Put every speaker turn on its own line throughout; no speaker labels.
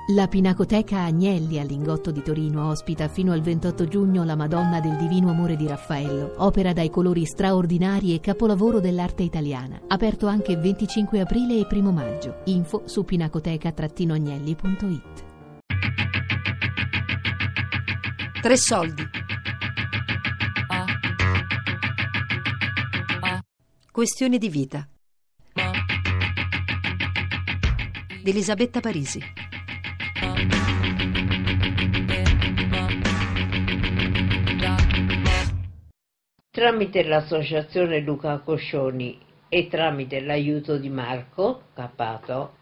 La Pinacoteca Agnelli a Lingotto di Torino ospita fino al 28 giugno la Madonna del Divino Amore di Raffaello, opera dai colori straordinari e capolavoro dell'arte italiana. Aperto anche 25 aprile e 1 maggio. Info su pinacoteca-agnelli.it.
Tre soldi. Questioni di vita. Di Elisabetta Parisi.
Tramite l'associazione Luca Coscioni e tramite l'aiuto di Marco Cappato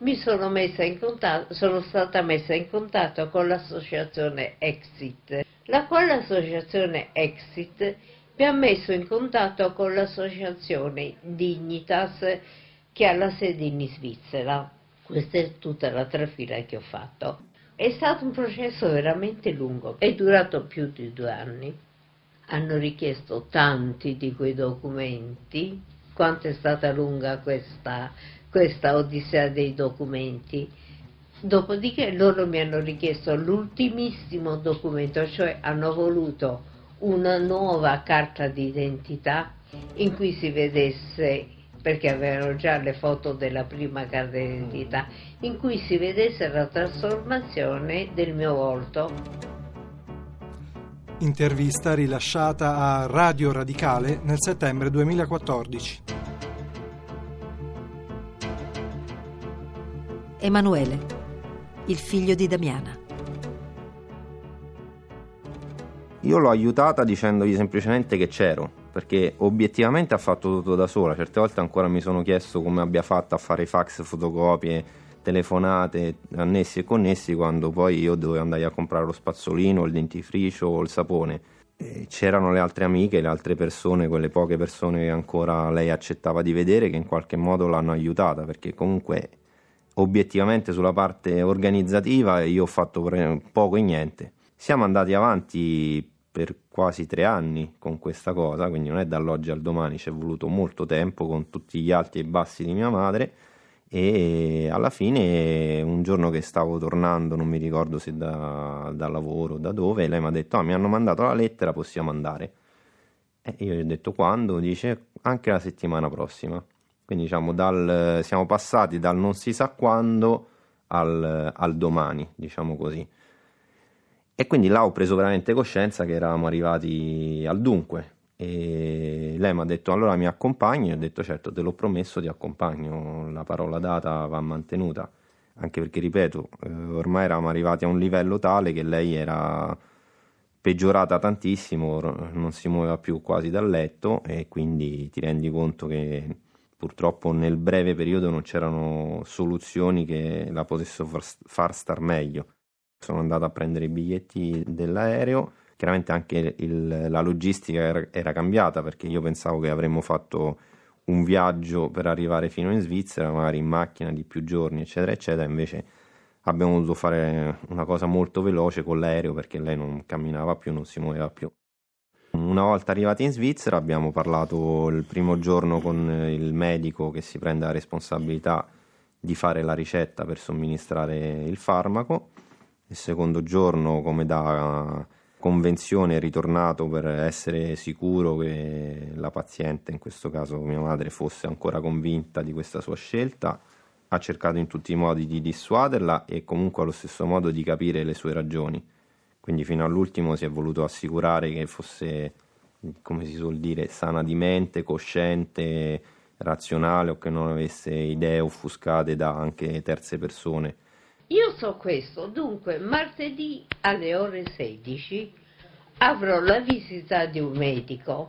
sono stata messa in contatto con l'associazione Exit, la quale associazione Exit mi ha messo in contatto con l'associazione Dignitas che ha la sede in Svizzera. Questa è tutta la trafila che ho fatto. È stato un processo veramente lungo, è durato più di 2 anni. Hanno richiesto tanti di quei documenti. Quanto è stata lunga questa odissea dei documenti. Dopodiché loro mi hanno richiesto l'ultimissimo documento, cioè hanno voluto una nuova carta d'identità in cui si vedesse, perché avevano già le foto della prima carta d'identità, in cui si vedesse la trasformazione del mio volto.
Intervista rilasciata a Radio Radicale nel settembre 2014.
Emanuele, il figlio di Damiana.
Io l'ho aiutata dicendogli semplicemente che c'ero, perché obiettivamente ha fatto tutto da sola. Certe volte ancora mi sono chiesto come abbia fatto a fare fax, fotocopie, telefonate, annessi e connessi, quando poi io dovevo andare a comprare lo spazzolino, il dentifricio o il sapone. E c'erano le altre amiche, le altre persone, quelle poche persone che ancora lei accettava di vedere, che in qualche modo l'hanno aiutata, perché comunque obiettivamente sulla parte organizzativa io ho fatto poco e niente. Siamo andati avanti per quasi 3 anni con questa cosa, quindi non è dall'oggi al domani, ci è voluto molto tempo con tutti gli alti e bassi di mia madre. E alla fine, un giorno che stavo tornando, non mi ricordo se da lavoro o da dove, lei mi ha detto: mi hanno mandato la lettera, possiamo andare. E io gli ho detto: quando? Dice: anche la settimana prossima. Quindi diciamo siamo passati dal non si sa quando al domani, diciamo così. E quindi là ho preso veramente coscienza che eravamo arrivati al dunque. E lei mi ha detto: allora mi accompagni? Io ho detto: certo, te l'ho promesso, ti accompagno, la parola data va mantenuta, anche perché, ripeto, ormai eravamo arrivati a un livello tale che lei era peggiorata tantissimo, non si muoveva più quasi dal letto, e quindi ti rendi conto che purtroppo nel breve periodo non c'erano soluzioni che la potessero far star meglio. Sono andato a prendere i biglietti dell'aereo. Chiaramente anche la logistica era cambiata, perché io pensavo che avremmo fatto un viaggio per arrivare fino in Svizzera, magari in macchina di più giorni, eccetera, eccetera. Invece abbiamo dovuto fare una cosa molto veloce con l'aereo, perché lei non camminava più, non si muoveva più. Una volta arrivati in Svizzera abbiamo parlato il primo giorno con il medico che si prende la responsabilità di fare la ricetta per somministrare il farmaco. Il secondo giorno, come da convenzione, è ritornato per essere sicuro che la paziente, in questo caso mia madre, fosse ancora convinta di questa sua scelta. Ha cercato in tutti i modi di dissuaderla e comunque allo stesso modo di capire le sue ragioni. Quindi fino all'ultimo si è voluto assicurare che fosse, come si suol dire, sana di mente, cosciente, razionale, o che non avesse idee offuscate da anche terze persone.
Io so questo, dunque martedì alle ore 16 avrò la visita di un medico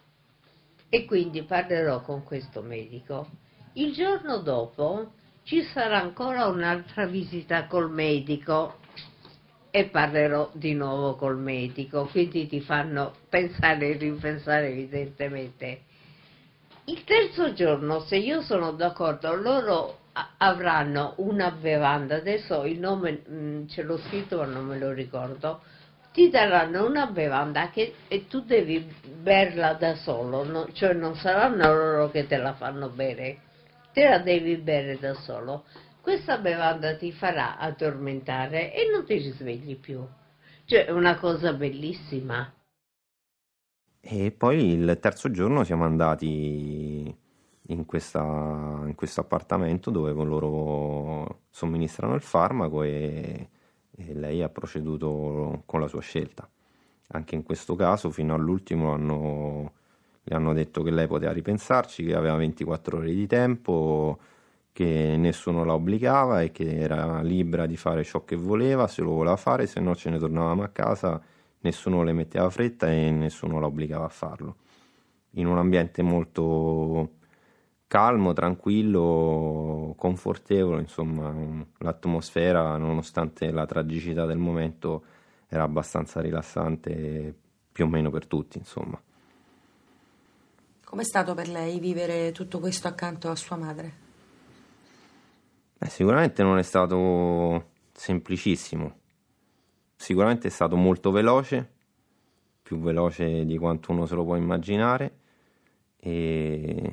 e quindi parlerò con questo medico. Il giorno dopo ci sarà ancora un'altra visita col medico e parlerò di nuovo col medico, quindi ti fanno pensare e ripensare evidentemente. Il terzo giorno, se io sono d'accordo, loro avranno una bevanda, adesso il nome ce l'ho scritto ma non me lo ricordo, ti daranno una bevanda e tu devi berla da solo, no? Cioè non saranno loro che te la fanno bere, te la devi bere da solo. questa bevanda ti farà addormentare e non ti risvegli più. Cioè, è una cosa bellissima.
E poi il terzo giorno siamo andati in questo appartamento dove loro somministrano il farmaco e lei ha proceduto con la sua scelta. Anche in questo caso fino all'ultimo le hanno detto che lei poteva ripensarci, che aveva 24 ore di tempo, che nessuno la obbligava e che era libera di fare ciò che voleva, se lo voleva fare, se no ce ne tornavamo a casa, nessuno le metteva fretta e nessuno la obbligava a farlo. In un ambiente molto calmo, tranquillo, confortevole, insomma, l'atmosfera, nonostante la tragicità del momento, era abbastanza rilassante più o meno per tutti, insomma.
Com'è stato per lei vivere tutto questo accanto a sua madre?
Sicuramente non è stato semplicissimo, sicuramente è stato molto veloce, più veloce di quanto uno se lo può immaginare e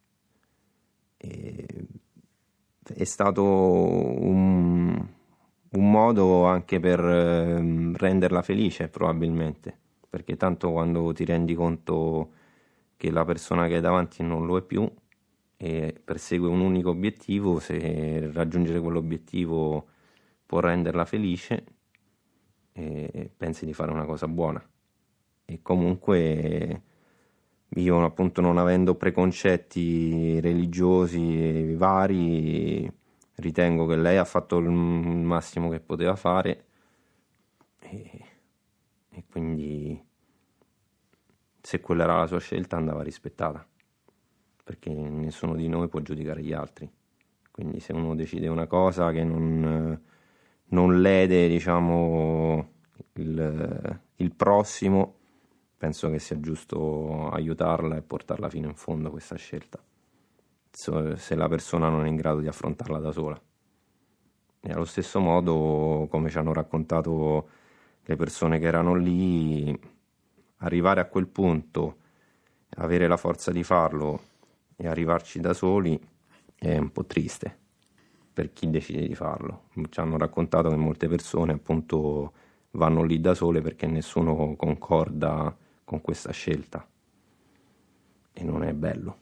è stato un modo anche per renderla felice probabilmente, perché tanto quando ti rendi conto che la persona che hai davanti non lo è più e persegue un unico obiettivo, se raggiungere quell'obiettivo può renderla felice, e pensi di fare una cosa buona. E comunque io, appunto, non avendo preconcetti religiosi vari, ritengo che lei ha fatto il massimo che poteva fare e quindi se quella era la sua scelta andava rispettata, perché nessuno di noi può giudicare gli altri. Quindi se uno decide una cosa che non lede, diciamo, il prossimo, penso che sia giusto aiutarla e portarla fino in fondo questa scelta, se la persona non è in grado di affrontarla da sola. E allo stesso modo, come ci hanno raccontato le persone che erano lì, arrivare a quel punto, avere la forza di farlo e arrivarci da soli è un po' triste per chi decide di farlo. Ci hanno raccontato che molte persone, appunto, vanno lì da sole perché nessuno concorda con questa scelta e non è bello,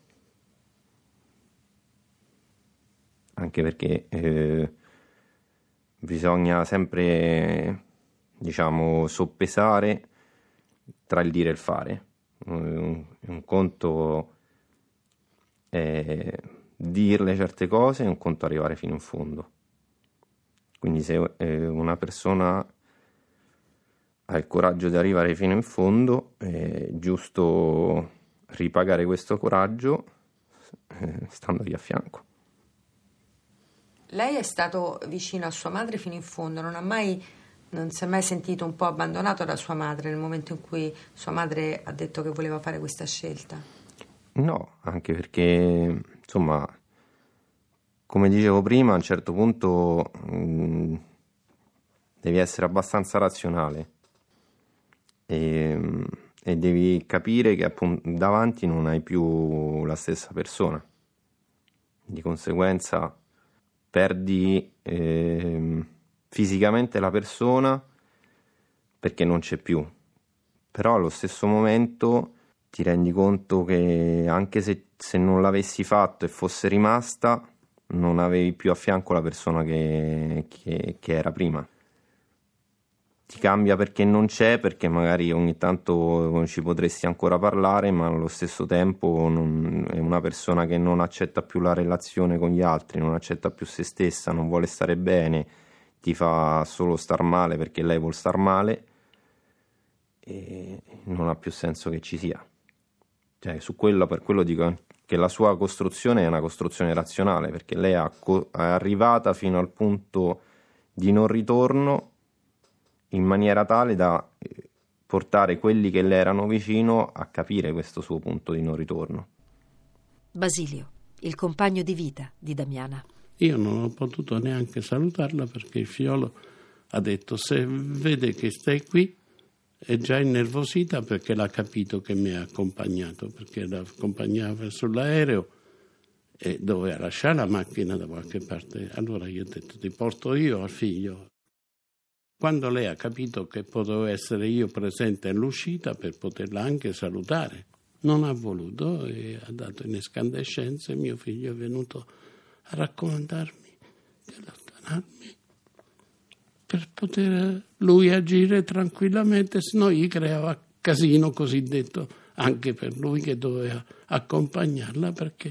anche perché bisogna sempre, diciamo, soppesare tra il dire e il fare. Un conto è dirle certe cose, un conto arrivare fino in fondo. Quindi se una persona ha il coraggio di arrivare fino in fondo, è giusto ripagare questo coraggio standogli a fianco.
Lei è stato vicino a sua madre fino in fondo, non si è mai sentito un po' abbandonato da sua madre nel momento in cui sua madre ha detto che voleva fare questa scelta?
No, anche perché, insomma, come dicevo prima, a un certo punto devi essere abbastanza razionale e devi capire che, appunto, davanti non hai più la stessa persona. Di conseguenza perdi fisicamente la persona perché non c'è più, però allo stesso momento ti rendi conto che anche se non l'avessi fatto e fosse rimasta, non avevi più a fianco la persona che era prima. Ti cambia perché non c'è, perché magari ogni tanto ci potresti ancora parlare, ma allo stesso tempo è una persona che non accetta più la relazione con gli altri, non accetta più se stessa, non vuole stare bene, ti fa solo star male perché lei vuol star male e non ha più senso che ci sia. Cioè, per quello dico che la sua costruzione è una costruzione razionale, perché lei è arrivata fino al punto di non ritorno in maniera tale da portare quelli che le erano vicino a capire questo suo punto di non ritorno.
Basilio, il compagno di vita di Damiana.
Io non ho potuto neanche salutarla perché il figliolo ha detto: se vede che stai qui è già innervosita, perché l'ha capito che mi ha accompagnato, perché la accompagnava sull'aereo e doveva lasciare la macchina da qualche parte. Allora io ho detto: ti porto io al figlio. Quando lei ha capito che potevo essere io presente all'uscita per poterla anche salutare, non ha voluto e ha dato in escandescenze. Mio figlio è venuto a raccomandarmi di allontanarmi per poter lui agire tranquillamente, se no gli creava casino cosiddetto anche per lui, che doveva accompagnarla, perché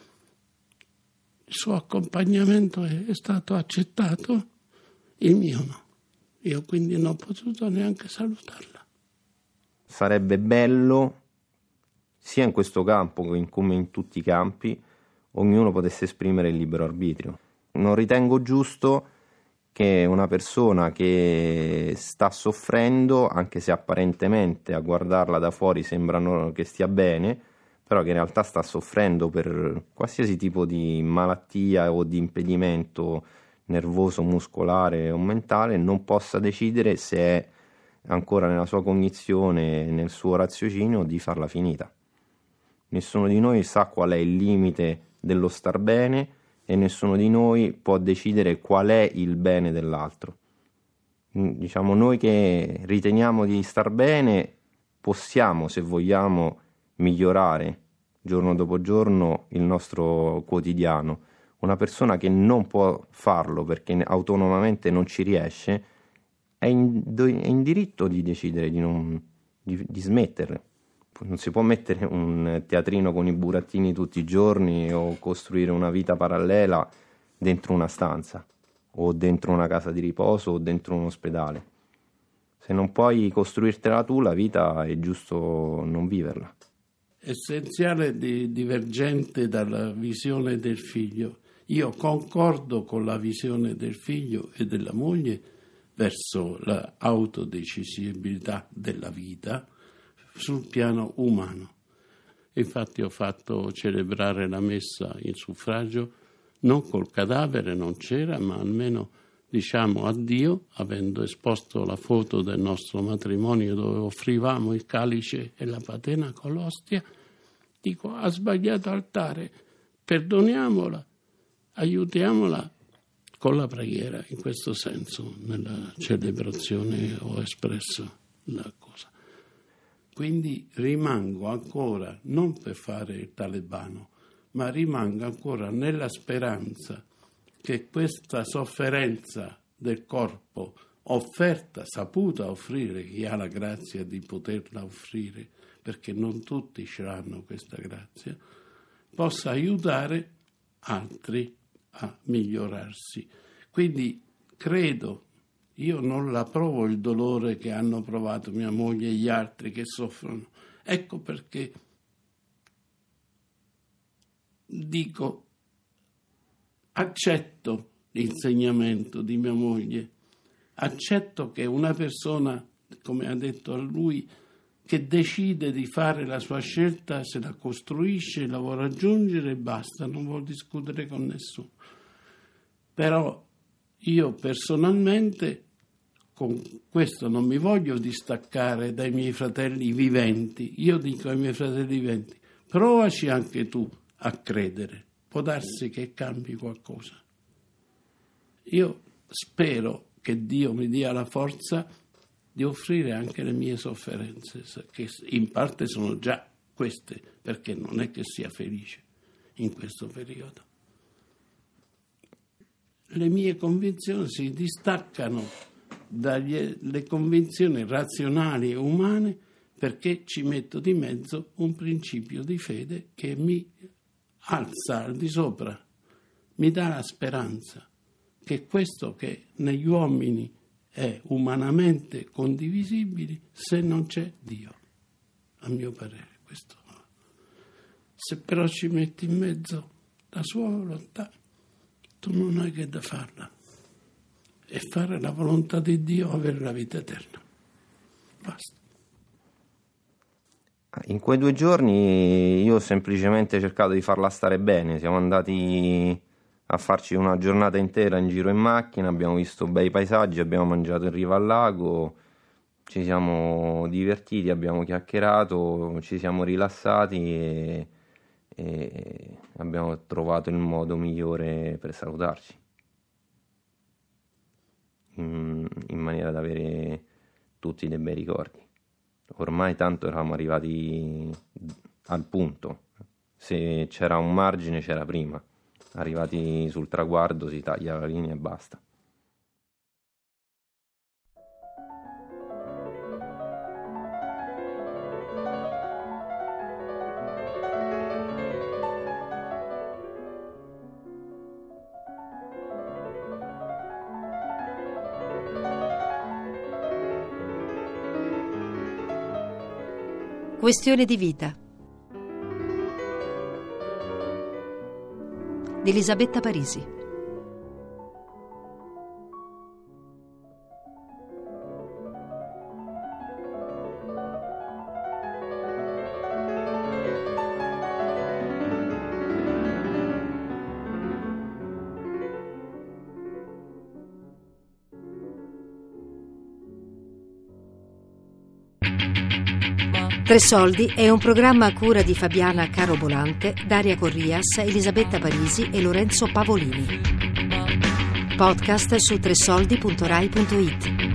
il suo accompagnamento è stato accettato, il mio no. Io quindi non ho potuto neanche salutarla.
Sarebbe bello, sia in questo campo come in tutti i campi, ognuno potesse esprimere il libero arbitrio. Non ritengo giusto che una persona che sta soffrendo, anche se apparentemente a guardarla da fuori sembra che stia bene, però che in realtà sta soffrendo per qualsiasi tipo di malattia o di impedimento nervoso, muscolare o mentale, non possa decidere se è ancora nella sua cognizione, nel suo raziocinio, di farla finita. Nessuno di noi sa qual è il limite dello star bene e nessuno di noi può decidere qual è il bene dell'altro. Diciamo, noi che riteniamo di star bene possiamo, se vogliamo, migliorare giorno dopo giorno il nostro quotidiano. Una persona che non può farlo perché autonomamente non ci riesce è in diritto di decidere di smettere. Non si può mettere un teatrino con i burattini tutti i giorni o costruire una vita parallela dentro una stanza o dentro una casa di riposo o dentro un ospedale. Se non puoi costruirtela tu, la vita è giusto non viverla.
Essenziale e divergente dalla visione del figlio. Io concordo con la visione del figlio e della moglie verso l'autodecisibilità della vita sul piano umano. Infatti ho fatto celebrare la messa in suffragio, non col cadavere, non c'era, ma almeno diciamo addio, avendo esposto la foto del nostro matrimonio dove offrivamo il calice e la patena con l'ostia. Dico: ha sbagliato altare, perdoniamola, aiutiamola con la preghiera. In questo senso nella celebrazione ho espresso la cosa. Quindi rimango ancora, non per fare il talebano, ma rimango ancora nella speranza che questa sofferenza del corpo offerta, saputa offrire, chi ha la grazia di poterla offrire, perché non tutti ce l'hanno questa grazia, possa aiutare altri a migliorarsi. Quindi credo, io non la provo il dolore che hanno provato mia moglie e gli altri che soffrono. Ecco perché dico: accetto l'insegnamento di mia moglie, accetto che una persona, come ha detto a lui, che decide di fare la sua scelta, se la costruisce, la vuole raggiungere e basta, non vuol discutere con nessuno. Però io personalmente con questo non mi voglio distaccare dai miei fratelli viventi. Io dico ai miei fratelli viventi: provaci anche tu a credere, può darsi che cambi qualcosa. Io spero che Dio mi dia la forza di offrire anche le mie sofferenze, che in parte sono già queste, perché non è che sia felice in questo periodo. Le mie convinzioni si distaccano dalle convinzioni razionali e umane, perché ci metto di mezzo un principio di fede che mi alza al di sopra, mi dà la speranza che questo che negli uomini è umanamente condivisibile, se non c'è Dio, a mio parere questo no. Se però ci metti in mezzo la sua volontà, tu non hai che da farla, e fare la volontà di Dio, avere la vita eterna. Basta.
In quei 2 giorni io ho semplicemente cercato di farla stare bene. Siamo andati a farci una giornata intera in giro in macchina, abbiamo visto bei paesaggi, abbiamo mangiato in riva al lago, ci siamo divertiti, abbiamo chiacchierato, ci siamo rilassati e abbiamo trovato il modo migliore per salutarci, in maniera da avere tutti dei bei ricordi. Ormai tanto eravamo arrivati al punto, se c'era un margine c'era prima, arrivati sul traguardo si taglia la linea e basta.
Questione di vita di Elisabetta Parisi. Tre Soldi è un programma a cura di Fabiana Carobolante, Daria Corrias, Elisabetta Parisi e Lorenzo Pavolini. Podcast su tresoldi.rai.it.